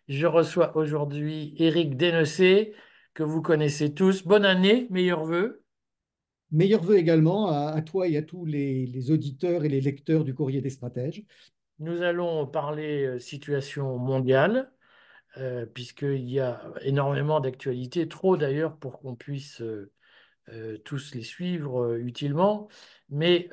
Je reçois aujourd'hui Éric Dénecé, que vous connaissez tous. Bonne année, meilleurs vœux. Meilleurs vœux également à toi et à tous les auditeurs et les lecteurs du Courrier des stratèges. Nous allons parler situation mondiale, puisqu'il y a énormément d'actualités, trop d'ailleurs pour qu'on puisse tous les suivre utilement. Mais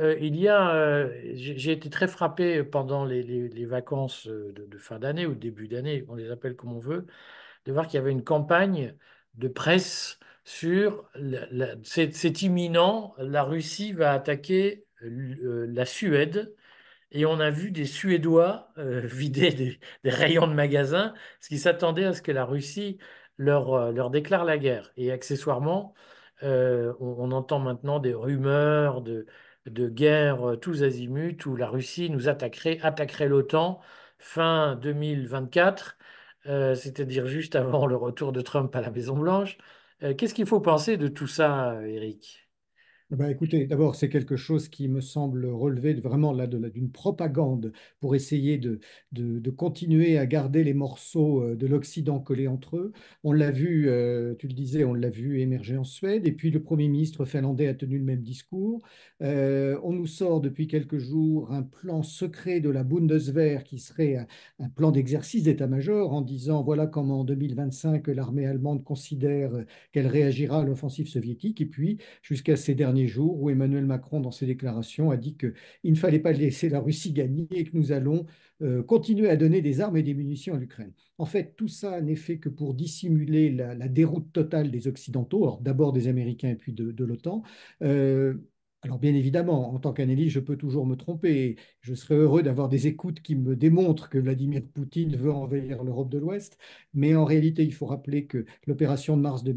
j'ai été très frappé pendant les vacances de fin d'année ou de début d'année, on les appelle comme on veut, de voir qu'il y avait une campagne de presse sur c'est imminent, la Russie va attaquer la Suède. Et on a vu des Suédois vider des rayons de magasins, parce qu'ils s'attendaient à ce que la Russie leur déclare la guerre. Et accessoirement, on entend maintenant des rumeurs de guerre tous azimuts, où la Russie nous attaquerait l'OTAN fin 2024, c'est-à-dire juste avant le retour de Trump à la Maison-Blanche. Qu'est-ce qu'il faut penser de tout ça, Eric? Écoutez, d'abord, c'est quelque chose qui me semble relever vraiment d'une propagande pour essayer de continuer à garder les morceaux de l'Occident collés entre eux. On l'a vu, tu le disais, on l'a vu émerger en Suède, et puis le Premier ministre finlandais a tenu le même discours. On nous sort depuis quelques jours un plan secret de la Bundeswehr qui serait un plan d'exercice d'état-major en disant voilà comment en 2025 l'armée allemande considère qu'elle réagira à l'offensive soviétique. Et puis, jusqu'à ces derniers jours où Emmanuel Macron, dans ses déclarations, a dit qu'il ne fallait pas laisser la Russie gagner et que nous allons continuer à donner des armes et des munitions à l'Ukraine. En fait, tout ça n'est fait que pour dissimuler la déroute totale des Occidentaux, alors d'abord des Américains et puis de l'OTAN. Euh, alors bien évidemment, en tant qu'analyste, je peux toujours me tromper. Je serais heureux d'avoir des écoutes qui me démontrent que Vladimir Poutine veut envahir l'Europe de l'Ouest. Mais en réalité, il faut rappeler que l'opération de mars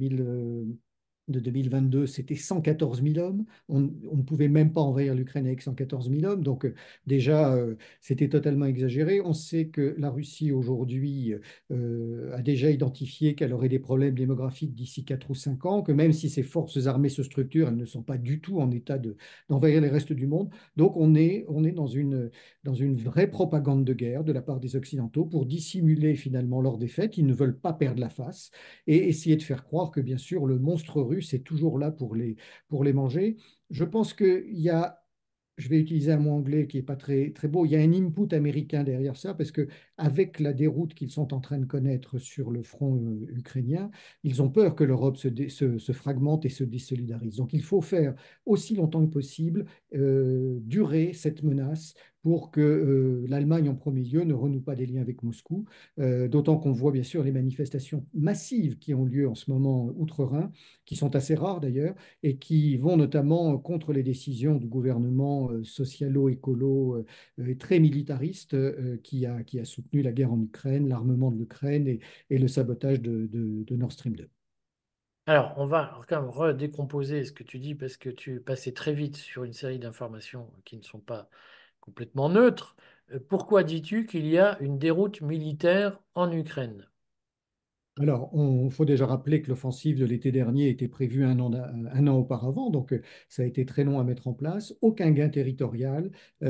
2022, c'était 114 000 hommes. On ne pouvait même pas envahir l'Ukraine avec 114 000 hommes. Donc déjà, c'était totalement exagéré. On sait que la Russie aujourd'hui a déjà identifié qu'elle aurait des problèmes démographiques d'ici 4 ou 5 ans, que même si ses forces armées se structurent, elles ne sont pas du tout en état d'envahir les restes du monde. Donc on est dans une vraie propagande de guerre de la part des Occidentaux pour dissimuler finalement leur défaite. Ils ne veulent pas perdre la face et essayer de faire croire que, bien sûr, le monstre russe est toujours là pour les manger. Je pense qu'il y a, je vais utiliser un mot anglais qui n'est pas très, très beau, il y a un input américain derrière ça, parce que avec la déroute qu'ils sont en train de connaître sur le front ukrainien, ils ont peur que l'Europe se fragmente et se désolidarise. Donc il faut faire aussi longtemps que possible durer cette menace pour que l'Allemagne en premier lieu ne renoue pas des liens avec Moscou, d'autant qu'on voit bien sûr les manifestations massives qui ont lieu en ce moment outre-Rhin, qui sont assez rares d'ailleurs, et qui vont notamment contre les décisions du gouvernement socialo-écolo et très militariste qui a soutenu la guerre en Ukraine, l'armement de l'Ukraine et le sabotage de Nord Stream 2. Alors, on va quand même redécomposer ce que tu dis parce que tu passais très vite sur une série d'informations qui ne sont pas complètement neutres. Pourquoi dis-tu qu'il y a une déroute militaire en Ukraine? Alors, il faut déjà rappeler que l'offensive de l'été dernier était prévue un an auparavant, donc ça a été très long à mettre en place. Aucun gain territorial.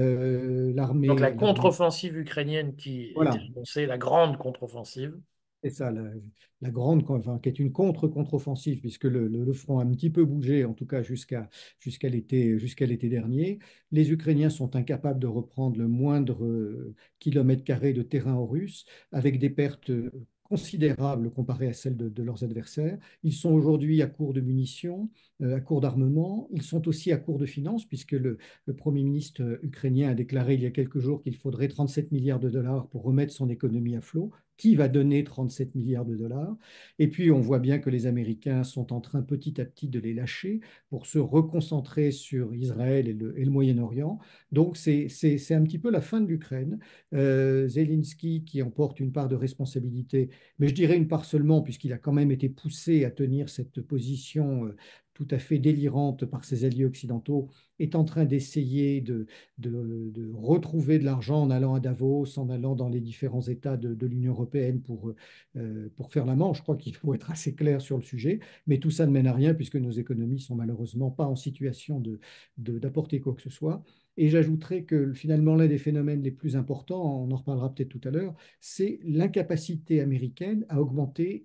Donc la L'armée, contre-offensive ukrainienne qui était voilà, annoncée, la grande contre-offensive. c'est ça, la grande, enfin, qui est une contre-contre-offensive, puisque le front a un petit peu bougé, en tout cas jusqu'à l'été dernier. Les Ukrainiens sont incapables de reprendre le moindre kilomètre carré de terrain aux Russes, avec des pertes considérables comparées à celles de leurs adversaires. Ils sont aujourd'hui à court de munitions, à court d'armement. Ils sont aussi à court de finances, puisque le Premier ministre ukrainien a déclaré il y a quelques jours qu'il faudrait 37 milliards de dollars pour remettre son économie à flot. Qui va donner 37 milliards de dollars? Et puis, on voit bien que les Américains sont en train petit à petit de les lâcher pour se reconcentrer sur Israël et le Moyen-Orient. Donc, c'est un petit peu la fin de l'Ukraine. Zelensky qui en porte une part de responsabilité, mais je dirais une part seulement, puisqu'il a quand même été poussé à tenir cette position tout à fait délirante par ses alliés occidentaux, est en train d'essayer de retrouver de l'argent en allant à Davos, en allant dans les différents États de l'Union européenne pour faire la manche. Je crois qu'il faut être assez clair sur le sujet, mais tout ça ne mène à rien puisque nos économies sont malheureusement pas en situation d'apporter quoi que ce soit. Et j'ajouterais que finalement, l'un des phénomènes les plus importants, on en reparlera peut-être tout à l'heure, c'est l'incapacité américaine à augmenter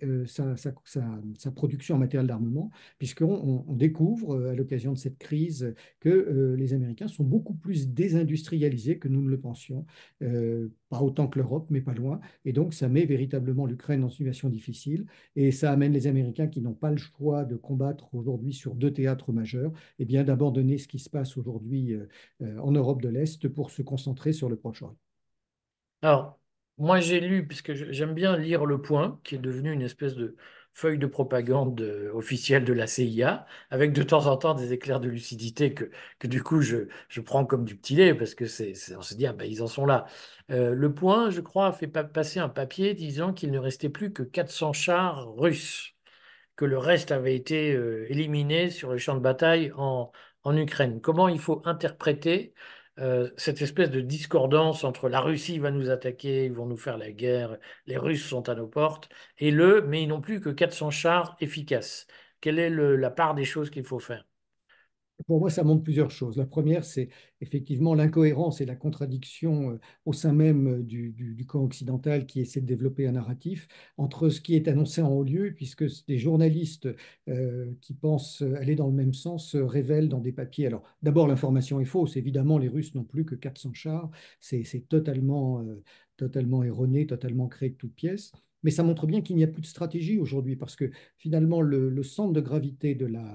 sa production en matériel d'armement, puisqu'on découvre à l'occasion de cette crise que les Américains sont beaucoup plus désindustrialisés que nous ne le pensions, pas autant que l'Europe, mais pas loin. Et donc, ça met véritablement l'Ukraine dans une situation difficile, et ça amène les Américains qui n'ont pas le choix de combattre aujourd'hui sur deux théâtres majeurs, et bien d'abandonner ce qui se passe aujourd'hui en Europe de l'Est pour se concentrer sur le Proche-Orient. Alors, moi j'ai lu, puisque j'aime bien lire Le Point, qui est devenu une espèce de feuille de propagande officielle de la CIA, avec de temps en temps des éclairs de lucidité que du coup je prends comme du petit lait, parce que on se dit, ah ben, ils en sont là. Le Point, je crois, a fait passer un papier disant qu'il ne restait plus que 400 chars russes, que le reste avait été éliminé sur le champ de bataille en Ukraine. Comment il faut interpréter cette espèce de discordance entre la Russie va nous attaquer, ils vont nous faire la guerre, les Russes sont à nos portes, mais ils n'ont plus que 400 chars efficaces. Quelle est la part des choses qu'il faut faire? Pour moi, ça montre plusieurs choses. La première, c'est effectivement l'incohérence et la contradiction au sein même du camp occidental qui essaie de développer un narratif entre ce qui est annoncé en haut lieu, puisque des journalistes qui pensent aller dans le même sens révèlent dans des papiers. Alors, d'abord, l'information est fausse. Évidemment, les Russes n'ont plus que 400 chars. C'est totalement erroné, totalement créé de toutes pièces. Mais ça montre bien qu'il n'y a plus de stratégie aujourd'hui, parce que finalement, le centre de gravité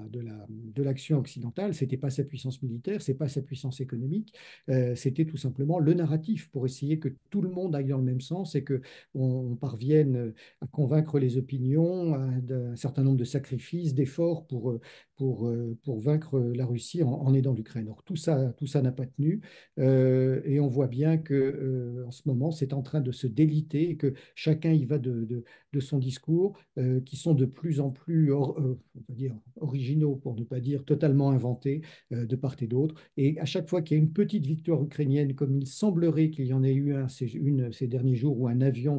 de l'action occidentale, c'était pas sa puissance militaire, c'est pas sa puissance économique, c'était tout simplement le narratif pour essayer que tout le monde aille dans le même sens et que on parvienne à convaincre les opinions d'un certain nombre de sacrifices, d'efforts pour vaincre la Russie en aidant l'Ukraine. Or, tout ça n'a pas tenu, et on voit bien que en ce moment, c'est en train de se déliter et que chacun y va de son discours, qui sont de plus en plus on va dire originaux, pour ne pas dire totalement inventés, de part et d'autre. Et à chaque fois qu'il y a une petite victoire ukrainienne, comme il semblerait qu'il y en ait eu ces derniers jours, où un avion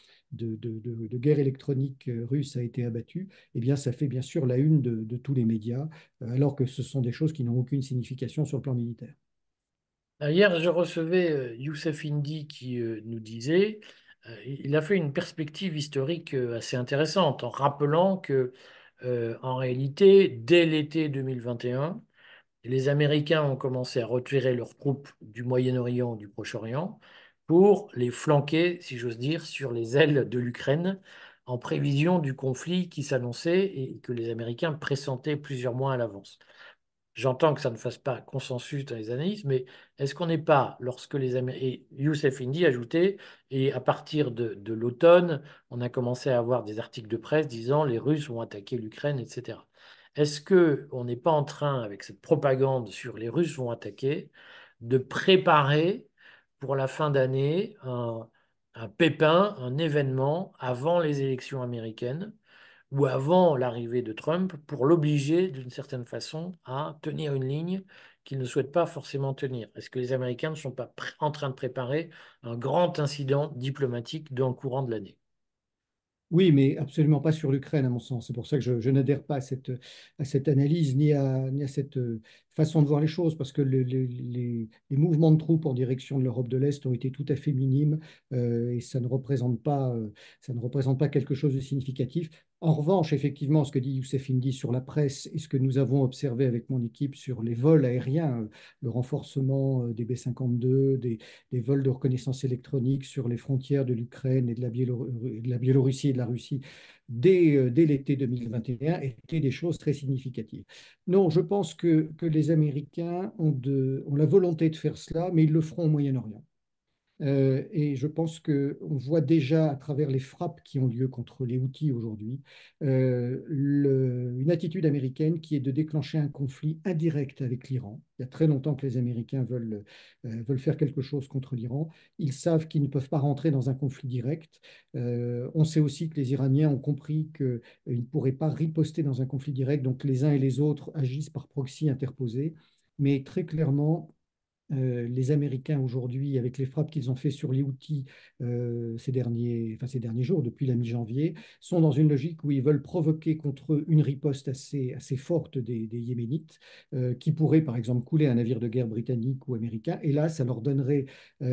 de guerre électronique russe a été abattu, eh bien, ça fait bien sûr la une de tous les médias, alors que ce sont des choses qui n'ont aucune signification sur le plan militaire. Hier, je recevais Youssef Indy qui nous disait, il a fait une perspective historique assez intéressante en rappelant que, en réalité, dès l'été 2021, les Américains ont commencé à retirer leurs troupes du Moyen-Orient, du Proche-Orient, pour les flanquer, si j'ose dire, sur les ailes de l'Ukraine, en prévision du conflit qui s'annonçait et que les Américains pressentaient plusieurs mois à l'avance. J'entends que ça ne fasse pas consensus dans les analyses, mais est-ce qu'on n'est pas, lorsque les Américains... Et Youssef Indy ajoutait, et à partir de l'automne, on a commencé à avoir des articles de presse disant les Russes vont attaquer l'Ukraine, etc. Est-ce qu'on n'est pas en train, avec cette propagande sur les Russes vont attaquer, de préparer pour la fin d'année un pépin, un événement avant les élections américaines? Ou avant l'arrivée de Trump pour l'obliger d'une certaine façon à tenir une ligne qu'il ne souhaite pas forcément tenir. Est-ce que les Américains ne sont pas en train de préparer un grand incident diplomatique dans le courant de l'année? Oui, mais absolument pas sur l'Ukraine, à mon sens. C'est pour ça que je n'adhère pas à cette analyse ni à cette façon de voir les choses, parce que les mouvements de troupes en direction de l'Europe de l'Est ont été tout à fait minimes, et ça ne représente pas quelque chose de significatif. En revanche, effectivement, ce que dit Youssef Indy sur la presse et ce que nous avons observé avec mon équipe sur les vols aériens, le renforcement des B-52, des vols de reconnaissance électronique sur les frontières de l'Ukraine et de la Biélorussie et de la Russie dès l'été 2021 étaient des choses très significatives. Non, je pense que les Américains ont la volonté de faire cela, mais ils le feront au Moyen-Orient. Et je pense qu'on voit déjà à travers les frappes qui ont lieu contre les Houthis aujourd'hui, une attitude américaine qui est de déclencher un conflit indirect avec l'Iran. Il y a très longtemps que les Américains veulent faire quelque chose contre l'Iran. Ils savent qu'ils ne peuvent pas rentrer dans un conflit direct. On sait aussi que les Iraniens ont compris qu'ils ne pourraient pas riposter dans un conflit direct, donc les uns et les autres agissent par proxy interposé. Mais très clairement, les Américains aujourd'hui, avec les frappes qu'ils ont fait sur les Houthis ces derniers jours, depuis la mi-janvier, sont dans une logique où ils veulent provoquer contre eux une riposte assez forte des Yéménites, qui pourrait par exemple couler un navire de guerre britannique ou américain. Et là, ça leur donnerait,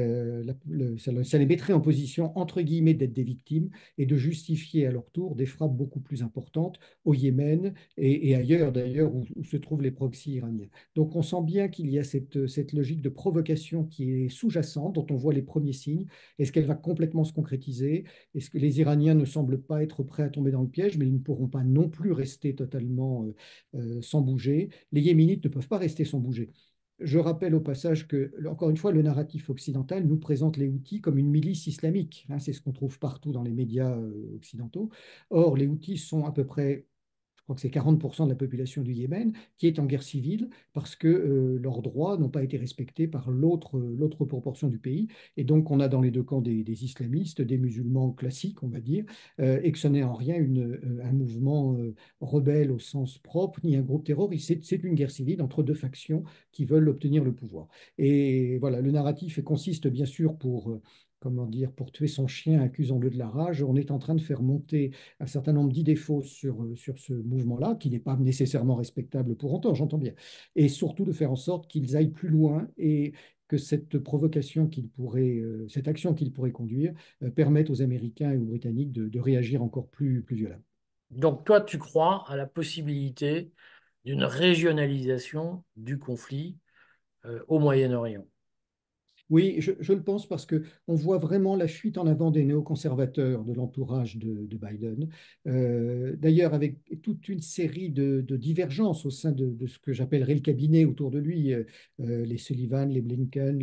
ça les mettrait en position, entre guillemets, d'être des victimes et de justifier à leur tour des frappes beaucoup plus importantes au Yémen et ailleurs d'ailleurs où se trouvent les proxys iraniens. Donc on sent bien qu'il y a cette logique de provocation qui est sous-jacente, dont on voit les premiers signes. Est-ce qu'elle va complètement se concrétiser? Est-ce que les Iraniens ne semblent pas être prêts à tomber dans le piège, mais ils ne pourront pas non plus rester totalement sans bouger. Les Yéménites ne peuvent pas rester sans bouger. Je rappelle au passage que, encore une fois, le narratif occidental nous présente les Houthis comme une milice islamique, hein. C'est ce qu'on trouve partout dans les médias occidentaux. Or, les Houthis sont à peu près, je crois que c'est 40% de la population du Yémen qui est en guerre civile parce que leurs droits n'ont pas été respectés par l'autre proportion du pays. Et donc, on a dans les deux camps des islamistes, des musulmans classiques, on va dire, et que ce n'est en rien un mouvement rebelle au sens propre, ni un groupe terroriste. C'est une guerre civile entre deux factions qui veulent obtenir le pouvoir. Et voilà, le narratif consiste bien sûr comment dire, pour tuer son chien, accusons-le de la rage. On est en train de faire monter un certain nombre d'idées fausses sur ce mouvement-là, qui n'est pas nécessairement respectable pour autant, j'entends bien, et surtout de faire en sorte qu'ils aillent plus loin et que cette provocation cette action qu'il pourrait conduire, permette aux Américains et aux Britanniques de réagir encore plus violemment. Donc toi, tu crois à la possibilité d'une régionalisation du conflit au Moyen-Orient. Oui, je le pense parce que on voit vraiment la fuite en avant des néoconservateurs de l'entourage de Biden. D'ailleurs, avec toute une série de divergences au sein de ce que j'appellerais le cabinet autour de lui, les Sullivan, les Blinken,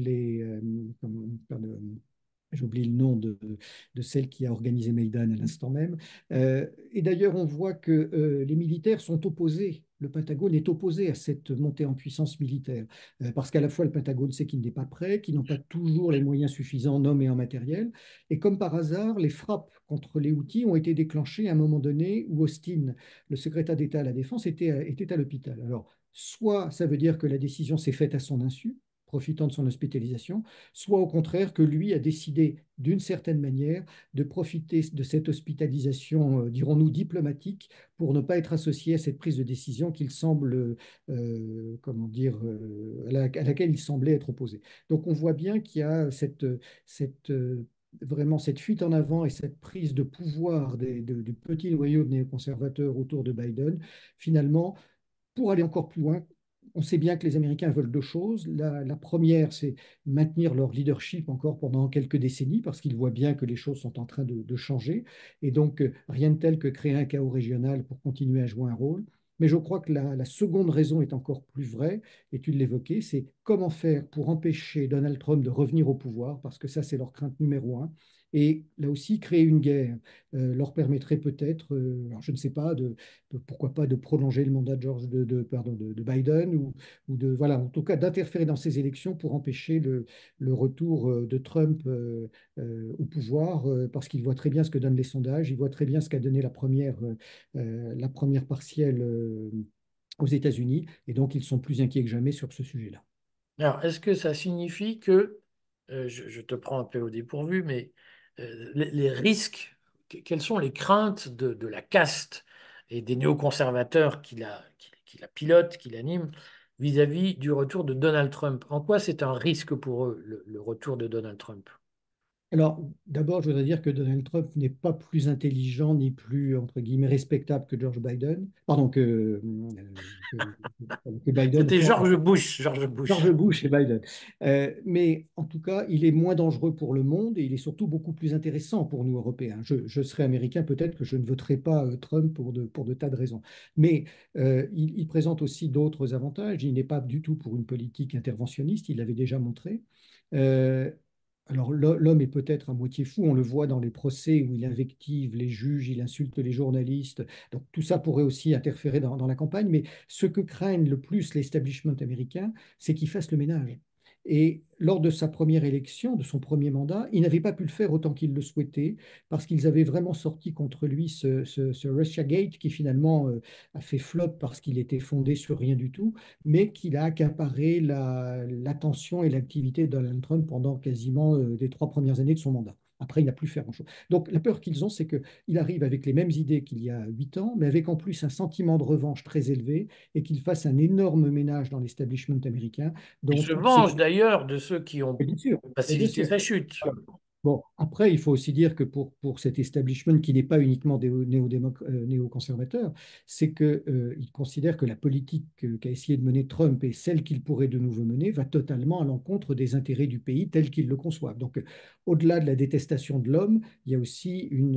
pardon, j'oublie le nom de celle qui a organisé Maïdan à l'instant même. Et d'ailleurs, on voit que les militaires sont opposés. Le Pentagone est opposé à cette montée en puissance militaire, parce qu'à la fois le Pentagone sait qu'il n'est pas prêt, qu'ils n'ont pas toujours les moyens suffisants en hommes et en matériel. Et comme par hasard, les frappes contre les Houthis ont été déclenchées à un moment donné où Austin, le secrétaire d'État à la Défense, était à l'hôpital. Alors, soit ça veut dire que la décision s'est faite à son insu, profitant de son hospitalisation, soit au contraire que lui a décidé d'une certaine manière de profiter de cette hospitalisation, dirons-nous, diplomatique, pour ne pas être associé à cette prise de décision qu'il semble, comment dire, à laquelle il semblait être opposé. Donc on voit bien qu'il y a cette vraiment cette fuite en avant et cette prise de pouvoir du petit noyau de néoconservateurs autour de Biden, finalement, pour aller encore plus loin, on sait bien que les Américains veulent deux choses. La première, c'est maintenir leur leadership encore pendant quelques décennies, parce qu'ils voient bien que les choses sont en train de changer. Et donc, rien de tel que créer un chaos régional pour continuer à jouer un rôle. Mais je crois que la seconde raison est encore plus vraie, et tu l'évoquais, c'est comment faire pour empêcher Donald Trump de revenir au pouvoir, parce que ça, c'est leur crainte numéro un. Et là aussi, créer une guerre leur permettrait peut-être, alors je ne sais pas, pourquoi pas de prolonger le mandat de pardon, de Biden ou voilà, en tout cas d'interférer dans ces élections pour empêcher le retour de Trump au pouvoir, parce qu'il voit très bien ce que donnent les sondages, il voit très bien ce qu'a donné la première partielle aux États-Unis, et donc ils sont plus inquiets que jamais sur ce sujet-là. Alors, est-ce que ça signifie que, je te prends un peu au dépourvu, mais les risques, quelles sont les craintes de la caste et des néoconservateurs qui la pilotent, qui l'animent, vis-à-vis du retour de Donald Trump? En quoi c'est un risque pour eux, le retour de Donald Trump? Alors, d'abord, je voudrais dire que Donald Trump n'est pas plus intelligent ni plus, entre guillemets, respectable que George Biden, pardon, que Biden, C'était autant George Bush, George George Bush. Bush et Biden. Mais en tout cas, il est moins dangereux pour le monde et il est surtout beaucoup plus intéressant pour nous, Européens. Je serais américain, peut-être que je ne voterais pas Trump pour de tas de raisons. Mais il présente aussi d'autres avantages. Il n'est pas du tout pour une politique interventionniste, il l'avait déjà montré. Euh, alors l'homme est peut-être à moitié fou, on le voit dans les procès où il invective les juges, il insulte les journalistes. Donc tout ça pourrait aussi interférer dans la campagne, mais ce que craignent le plus l'establishment américain, c'est qu'il fasse le ménage. Et lors de sa première élection, de son premier mandat, il n'avait pas pu le faire autant qu'il le souhaitait, parce qu'ils avaient vraiment sorti contre lui ce Russiagate qui finalement a fait flop parce qu'il était fondé sur rien du tout, mais qu'il a accaparé l'attention et l'activité de Donald Trump pendant quasiment les 3 premières années de son mandat. Après, il n'a plus fait grand-chose. Donc, la peur qu'ils ont, c'est qu'il arrive avec les mêmes idées qu'il y a 8 ans, mais avec en plus un sentiment de revanche très élevé et qu'il fasse un énorme ménage dans l'establishment américain, Il dont se toutes ces... venge d'ailleurs de ceux qui ont Et bien sûr, et bien facilité sûr. sa chute. Voilà. Bon, après, il faut aussi dire que pour cet establishment qui n'est pas uniquement néoconservateur, c'est qu'il considère que la politique qu'a essayé de mener Trump et celle qu'il pourrait de nouveau mener va totalement à l'encontre des intérêts du pays tel qu'il le conçoit. Donc, au-delà de la détestation de l'homme, il y a aussi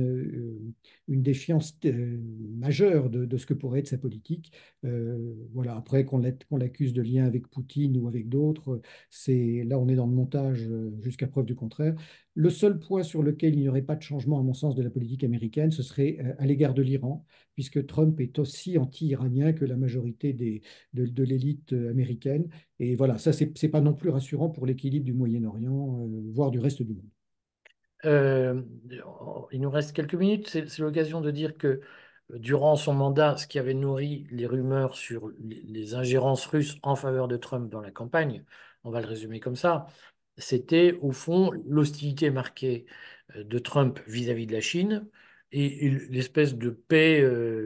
une défiance majeure de ce que pourrait être sa politique. Voilà. Après, qu'on l'accuse de lien avec Poutine ou avec d'autres, là, on est dans le montage jusqu'à preuve du contraire. Le seul point sur lequel il n'y aurait pas de changement, à mon sens, de la politique américaine, ce serait à l'égard de l'Iran, puisque Trump est aussi anti-iranien que la majorité de l'élite américaine. Et voilà, ça, c'est pas non plus rassurant pour l'équilibre du Moyen-Orient, voire du reste du monde. Euh, il nous reste quelques minutes. C'est l'occasion de dire que durant son mandat, ce qui avait nourri les rumeurs sur les ingérences russes en faveur de Trump dans la campagne, on va le résumer comme ça, c'était au fond l'hostilité marquée de Trump vis-à-vis de la Chine et l'espèce de paix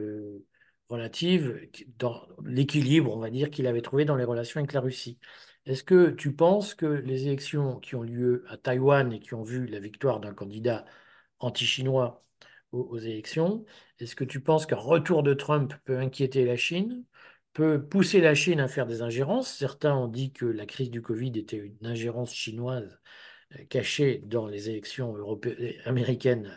relative dans l'équilibre, on va dire, qu'il avait trouvé dans les relations avec la Russie. Est-ce que tu penses que les élections qui ont lieu à Taïwan et qui ont vu la victoire d'un candidat anti-chinois aux élections, est-ce que tu penses qu'un retour de Trump peut inquiéter la Chine, peut pousser la Chine à faire des ingérences? Certains ont dit que la crise du Covid était une ingérence chinoise cachée dans les élections américaines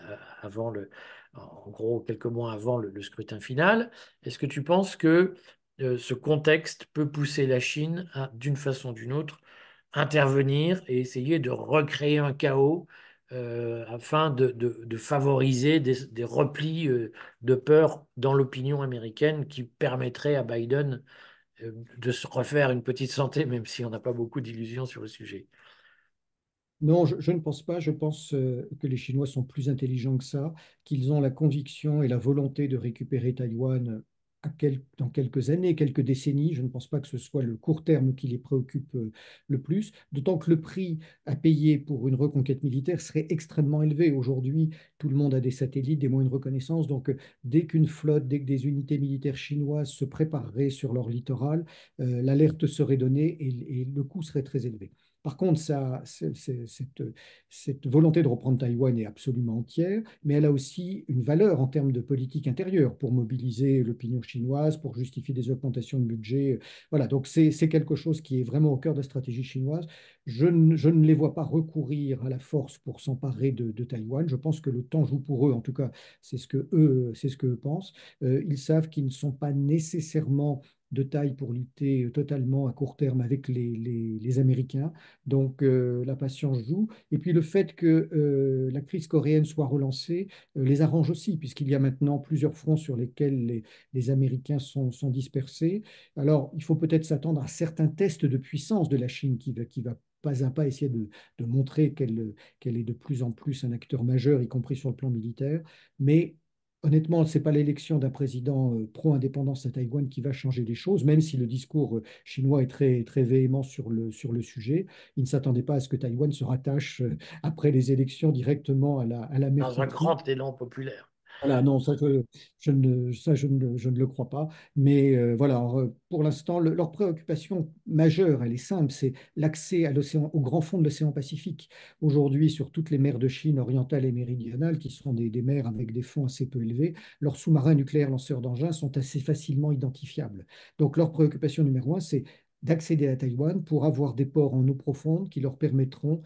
en gros, quelques mois avant le scrutin final. Est-ce que tu penses que ce contexte peut pousser la Chine à, d'une façon ou d'une autre, intervenir et essayer de recréer un chaos afin de favoriser des replis de peur dans l'opinion américaine qui permettraient à Biden de se refaire une petite santé, même si on n'a pas beaucoup d'illusions sur le sujet. Non, je ne pense pas. Je pense que les Chinois sont plus intelligents que ça, qu'ils ont la conviction et la volonté de récupérer Taïwan dans quelques années, quelques décennies. Je ne pense pas que ce soit le court terme qui les préoccupe le plus, d'autant que le prix à payer pour une reconquête militaire serait extrêmement élevé. Aujourd'hui, tout le monde a des satellites, des moyens de reconnaissance. Donc, dès qu'une flotte, dès que des unités militaires chinoises se prépareraient sur leur littoral, l'alerte serait donnée et le coût serait très élevé. Par contre, cette volonté de reprendre Taïwan est absolument entière, mais elle a aussi une valeur en termes de politique intérieure pour mobiliser l'opinion chinoise, pour justifier des augmentations de budget. Voilà, donc c'est quelque chose qui est vraiment au cœur de la stratégie chinoise. Je ne les vois pas recourir à la force pour s'emparer de Taïwan. Je pense que le temps joue pour eux, en tout cas, c'est ce que eux pensent. Ils savent qu'ils ne sont pas nécessairement de taille pour lutter totalement à court terme avec les Américains. Donc la patience joue. Et puis le fait que la crise coréenne soit relancée les arrange aussi, puisqu'il y a maintenant plusieurs fronts sur lesquels les Américains sont dispersés. Alors il faut peut-être s'attendre à certains tests de puissance de la Chine qui va pas à pas essayer de montrer qu'elle est de plus en plus un acteur majeur, y compris sur le plan militaire. Mais honnêtement, ce n'est pas l'élection d'un président pro-indépendance à Taïwan qui va changer les choses, même si le discours chinois est très, très véhément sur le sujet. Il ne s'attendait pas à ce que Taïwan se rattache après les élections directement à la mer Dans un qui trou. grand élan populaire. Voilà, non, ça, je ne le crois pas. Mais voilà, alors, pour l'instant, leur préoccupation majeure, elle est simple, c'est l'accès à l'océan, au grand fond de l'océan Pacifique. Aujourd'hui, sur toutes les mers de Chine orientale et méridionale, qui sont des mers avec des fonds assez peu élevés, leurs sous-marins nucléaires lanceurs d'engins sont assez facilement identifiables. Donc, leur préoccupation numéro un, c'est d'accéder à Taïwan pour avoir des ports en eau profonde qui leur permettront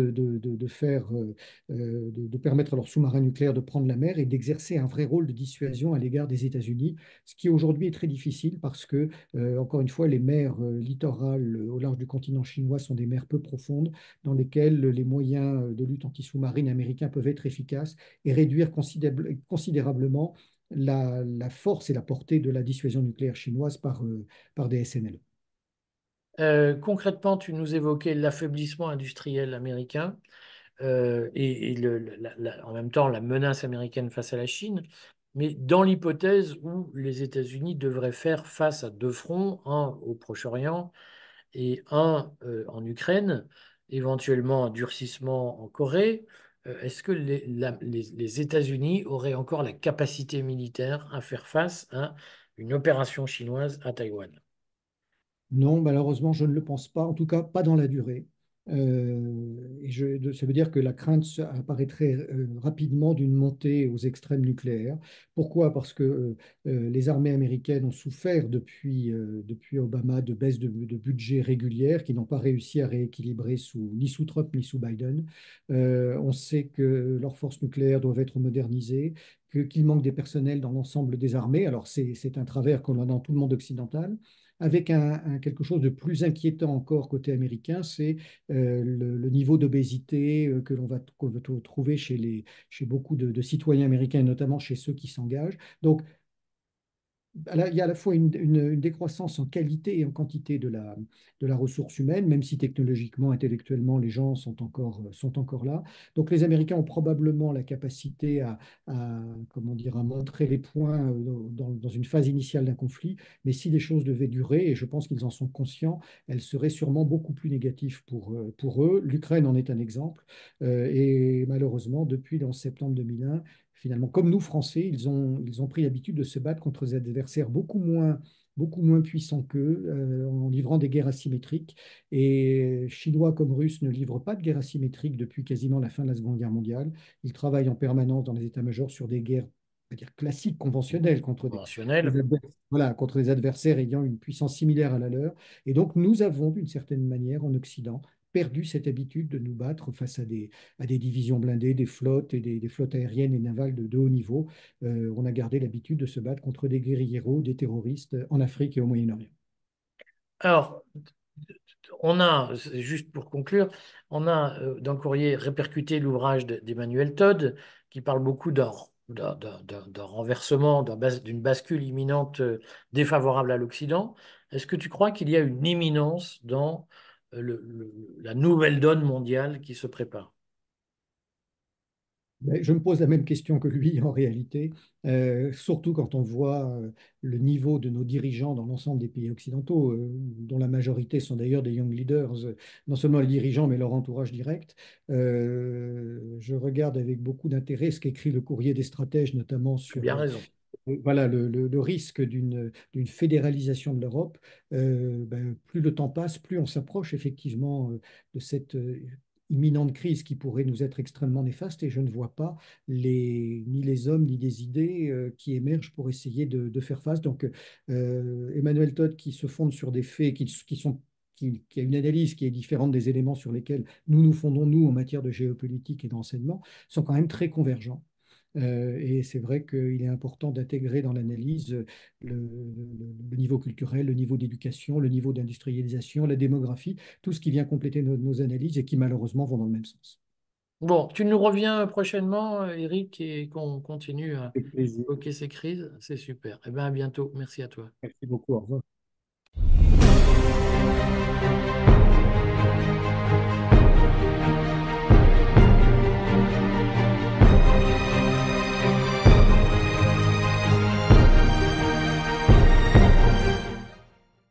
de permettre à leurs sous-marins nucléaires de prendre la mer et d'exercer un vrai rôle de dissuasion à l'égard des États-Unis, ce qui aujourd'hui est très difficile parce que, encore une fois, les mers littorales au large du continent chinois sont des mers peu profondes dans lesquelles les moyens de lutte anti-sous-marine américains peuvent être efficaces et réduire considérablement la force et la portée de la dissuasion nucléaire chinoise par des SNL. Concrètement, tu nous évoquais l'affaiblissement industriel américain et en même temps la menace américaine face à la Chine. Mais dans l'hypothèse où les États-Unis devraient faire face à deux fronts, un au Proche-Orient et un en Ukraine, éventuellement un durcissement en Corée, est-ce que les États-Unis auraient encore la capacité militaire à faire face à une opération chinoise à Taïwan? Non, malheureusement, je ne le pense pas, en tout cas pas dans la durée. Ça veut dire que la crainte apparaîtrait rapidement d'une montée aux extrêmes nucléaires. Pourquoi? Parce que les armées américaines ont souffert depuis Obama de baisse de budget régulière qui n'ont pas réussi à rééquilibrer ni sous Trump ni sous Biden. On sait que leurs forces nucléaires doivent être modernisées, qu'il manque des personnels dans l'ensemble des armées. Alors c'est un travers qu'on a dans tout le monde occidental avec quelque chose de plus inquiétant encore côté américain, c'est le niveau d'obésité qu'on va trouver chez beaucoup de citoyens américains, et notamment chez ceux qui s'engagent. Donc, il y a à la fois une décroissance en qualité et en quantité de la ressource humaine, même si technologiquement, intellectuellement, les gens sont encore là. Donc les Américains ont probablement la capacité comment dire, à montrer les points dans une phase initiale d'un conflit, mais si les choses devaient durer, et je pense qu'ils en sont conscients, elles seraient sûrement beaucoup plus négatives pour eux. L'Ukraine en est un exemple, et malheureusement, depuis le 11 septembre 2001, finalement, comme nous, Français, ils ont pris l'habitude de se battre contre des adversaires beaucoup moins puissants qu'eux, en livrant des guerres asymétriques. Et Chinois comme Russes ne livrent pas de guerre asymétrique depuis quasiment la fin de la Seconde Guerre mondiale. Ils travaillent en permanence dans les états-majors sur des guerres, on va dire, classiques, conventionnelles, Conventionnel. voilà, contre des adversaires ayant une puissance similaire à la leur. Et donc, nous avons, d'une certaine manière, en Occident, perdu cette habitude de nous battre face à des divisions blindées, des flottes et des flottes aériennes et navales de haut niveau. On a gardé l'habitude de se battre contre des guérilleros, des terroristes en Afrique et au Moyen-Orient. Alors, c'est juste pour conclure, on a dans le courrier répercuté l'ouvrage d'Emmanuel Todd qui parle beaucoup d'un renversement, d'une bascule imminente défavorable à l'Occident. Est-ce que tu crois qu'il y a une imminence dans la nouvelle donne mondiale qui se prépare? Mais je me pose la même question que lui en réalité, surtout quand on voit le niveau de nos dirigeants dans l'ensemble des pays occidentaux, dont la majorité sont d'ailleurs des young leaders, non seulement les dirigeants, mais leur entourage direct. Je regarde avec beaucoup d'intérêt ce qu'écrit le courrier des stratèges, notamment Tu as sur bien raison. voilà, le risque d'une fédéralisation de l'Europe. Plus le temps passe, plus on s'approche effectivement de cette imminente crise qui pourrait nous être extrêmement néfaste et je ne vois pas ni les hommes ni les idées qui émergent pour essayer de faire face. Donc, Emmanuel Todd, qui se fonde sur des faits qui a une analyse qui est différente des éléments sur lesquels nous nous fondons, nous, en matière de géopolitique et d'enseignement, sont quand même très convergents. Et c'est vrai qu'il est important d'intégrer dans l'analyse le niveau culturel, le niveau d'éducation, le niveau d'industrialisation, la démographie, tout ce qui vient compléter nos analyses et qui malheureusement vont dans le même sens. Bon, tu nous reviens prochainement, Eric, et qu'on continue à Avec plaisir. évoquer ces crises. C'est super. Eh bien, à bientôt. Merci à toi. Merci beaucoup. Au revoir.